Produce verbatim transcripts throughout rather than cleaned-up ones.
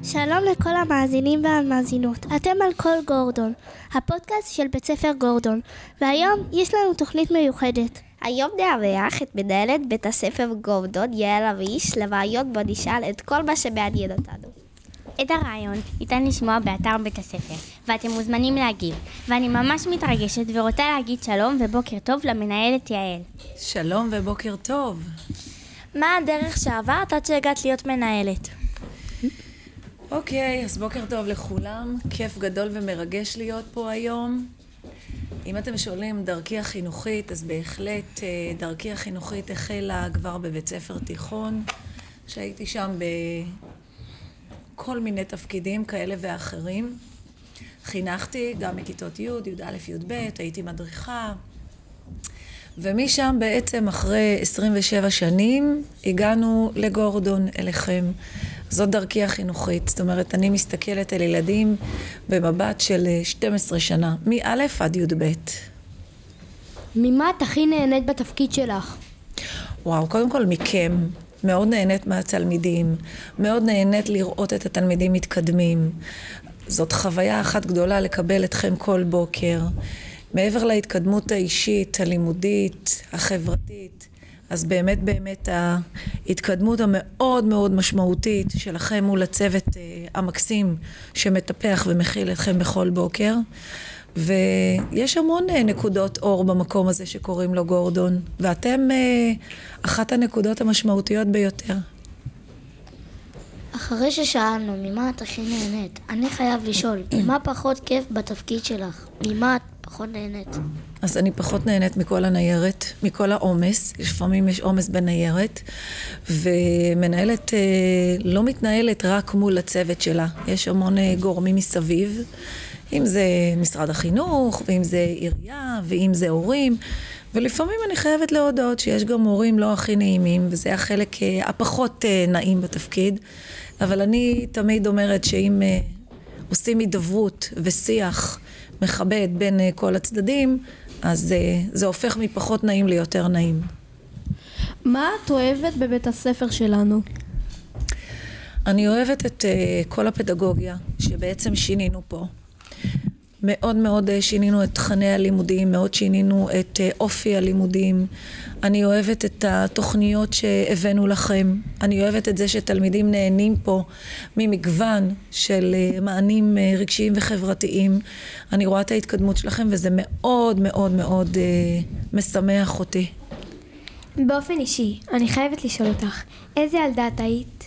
שלום לכל המאזינים והמאזינות, אתם על כל גורדון, הפודקאסט של בית ספר גורדון, והיום יש לנו תוכנית מיוחדת. היום נארח את מנהלת בית הספר גורדון, יעל אביש, לרעיון בו נשאל את כל מה שמעניין אותנו. את הרעיון ניתן לשמוע באתר בית הספר, ואתם מוזמנים להגיב, ואני ממש מתרגשת ורוצה להגיד שלום ובוקר טוב למנהלת יעל. שלום ובוקר טוב. מה הדרך שעברת עד שהגעת להיות מנהלת? אוקיי, אז בוקר טוב לכולם, כיף גדול ומרגש להיות פה היום. אם אתם שואלים דרכי החינוכית, אז בהחלט דרכי החינוכית החלה כבר בבית ספר תיכון, שהייתי שם בכל מיני תפקידים כאלה ואחרים. חינכתי גם מכיתות י', י"א, י"ב, הייתי מדריכה, ומשם בעצם אחרי עשרים ושבע שנים הגענו לגורדון אליכם. זאת דרכי החינוכית, זאת אומרת, אני מסתכלת על ילדים במבט של שתים עשרה שנה, מא' עד י"ב. ממה את הכי נהנית בתפקיד שלך? וואו, קודם כל מכם, מאוד נהנית מהתלמידים, מאוד נהנית לראות את התלמידים מתקדמים. זאת חוויה אחת גדולה לקבל אתכם כל בוקר. מעבר להתקדמות האישית, הלימודית, החברתית, אז באמת באמת ההתקדמות המאוד מאוד משמעותית שלכם מול הצוות המקסים שמטפח ומכיל אתכם בכל בוקר. ויש המון נקודות אור במקום הזה שקוראים לו גורדון, ואתם אחת הנקודות המשמעותיות ביותר. אחרי ששאלנו ממה את הכי נהנית, אני חייב לשאול, מה פחות כיף בתפקיד שלך? ממה את פחות נהנית? אז אני פחות נהנית מכל הניירת, מכל העומס. לפעמים יש עומס בניירת, ומנהלת אה, לא מתנהלת רק מול הצוות שלה. יש המון אה, גורמים מסביב, אם זה משרד החינוך, ואם זה עירייה, ואם זה הורים. ולפעמים אני חייבת להודות שיש גם הורים לא הכי נעימים, וזה החלק אה, הפחות אה, נעים בתפקיד. אבל אני תמיד אומרת שאם אה, עושים הידברות ושיח מכבד בין אה, כל הצדדים, אז אה, זה הופך מפחות נעים ליותר נעים. מה את אוהבת בבית הספר שלנו? אני אוהבת את אה, כל הפדגוגיה שבעצם שינינו פה. מאוד מאוד שינינו את תכני הלימודים, מאוד שינינו את אופי הלימודים. אני אוהבת את התוכניות שהבאנו לכם. אני אוהבת את זה שתלמידים נהנים פה ממגוון של מענים רגשיים וחברתיים. אני רואה את ההתקדמות שלכם וזה מאוד מאוד מאוד משמח אותי. באופן אישי, אני חייבת לשאול אותך, איזה ילדה את היית?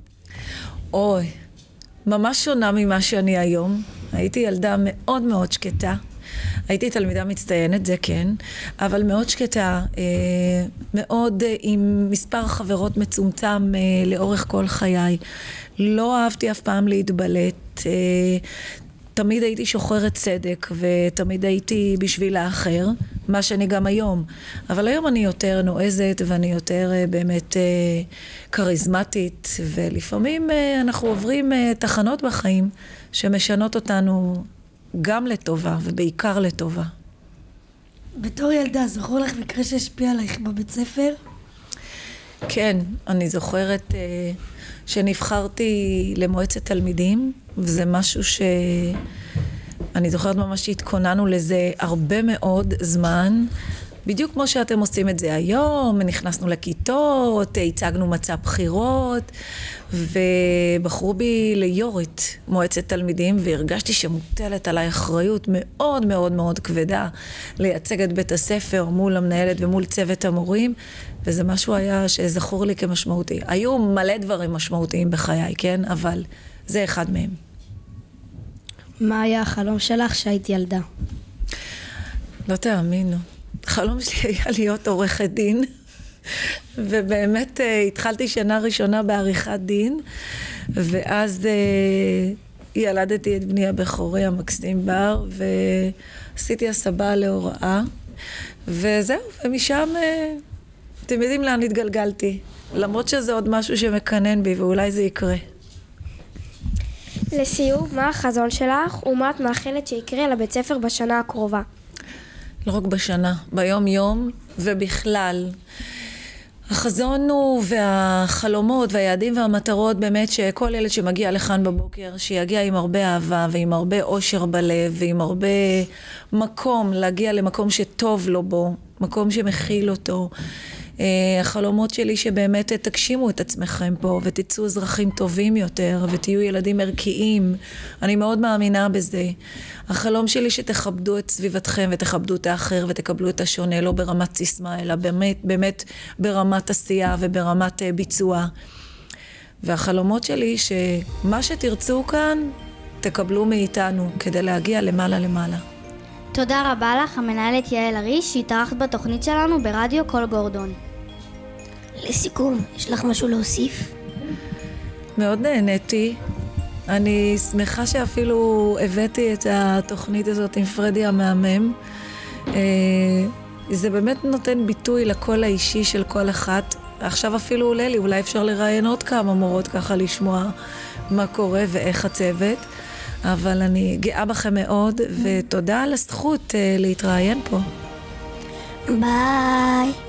אוי, ממש שונה ממה שאני היום. הייתי ילדה מאוד מאוד שקטה, הייתי תלמידה מצטיינת, זה כן, אבל מאוד שקטה, מאוד עם מספר חברות מצומצם לאורך כל חיי. לא אהבתי אף פעם להתבלט, תמיד הייתי שוחרת צדק ותמיד הייתי בשביל האחר, מה שאני גם היום. אבל היום אני יותר נועזת ואני יותר באמת קריזמטית, ולפעמים אנחנו עוברים תחנות בחיים שמשנות אותנו גם לטובה ובעיקר לטובה. בתור ילדה, זכור לך מקרה שהשפיע עלייך בבית ספר? כן, אני זוכרת שנבחרתי למועצת תלמידים, וזה משהו שאני זוכרת ממש שהתכוננו לזה הרבה מאוד זמן, בדיוק כמו שאתם עושים את זה היום. נכנסנו לכיתות, הצגנו מצע בחירות, ובחרו בי ליורית מועצת תלמידים, והרגשתי שמוטלת עליי אחריות מאוד מאוד מאוד כבדה לייצג את בית הספר מול המנהלת ומול צוות המורים, וזה משהו היה שזכור לי כמשמעותי. היו מלא דברים משמעותיים בחיי, כן? אבל זה אחד מהם. מה היה החלום שלך שהיית ילדה? לא תאמינו. החלום שלי היה להיות עורכת דין, ובאמת התחלתי שנה ראשונה בעריכת דין, ואז ילדתי את בני הבכורי המקסים בר, ועשיתי הסבה להוראה, וזהו, ומשם אתם יודעים לאן התגלגלתי, למרות שזה עוד משהו שמקנן בי, ואולי זה יקרה. לסיום, מה החזון שלך ומה את מאחלת שיקרה לבית ספר בשנה הקרובה? לא רק בשנה, ביום יום ובכלל. החזון הוא והחלומות והיעדים והמטרות באמת שכל ילד שמגיע לכאן בבוקר, שיגיע עם הרבה אהבה ועם הרבה אושר בלב ועם הרבה מקום, להגיע למקום שטוב לו בו, מקום שמכיל אותו. החלומות שלי שבאמת תגשימו את עצמכם פה ותצאו אזרחים טובים יותר ותהיו ילדים ערכיים. אני מאוד מאמינה בזה. החלום שלי שתכבדו את סביבתכם ותכבדו את האחר ותקבלו את השונה, לא ברמת סיסמה אלא באמת, באמת ברמת עשייה וברמת ביצוע. והחלומות שלי שמה שתרצו כאן תקבלו מאיתנו כדי להגיע למעלה למעלה. תודה רבה לך, המנהלת יעל אריש, שהתארחת בתוכנית שלנו ברדיו קול גורדון. לסיכום, יש לך משהו להוסיף? מאוד נהניתי. אני שמחה שאפילו הבאתי את התוכנית הזאת עם פרדי המאמם. זה באמת נותן ביטוי לקול האישי של כל אחת. עכשיו אפילו עולה לי, אולי אפשר לראיין עוד כמה מורות ככה לשמוע מה קורה ואיך הצוות. אבל אני גאה בכם מאוד, ותודה על הזכות להתראיין פה. ביי.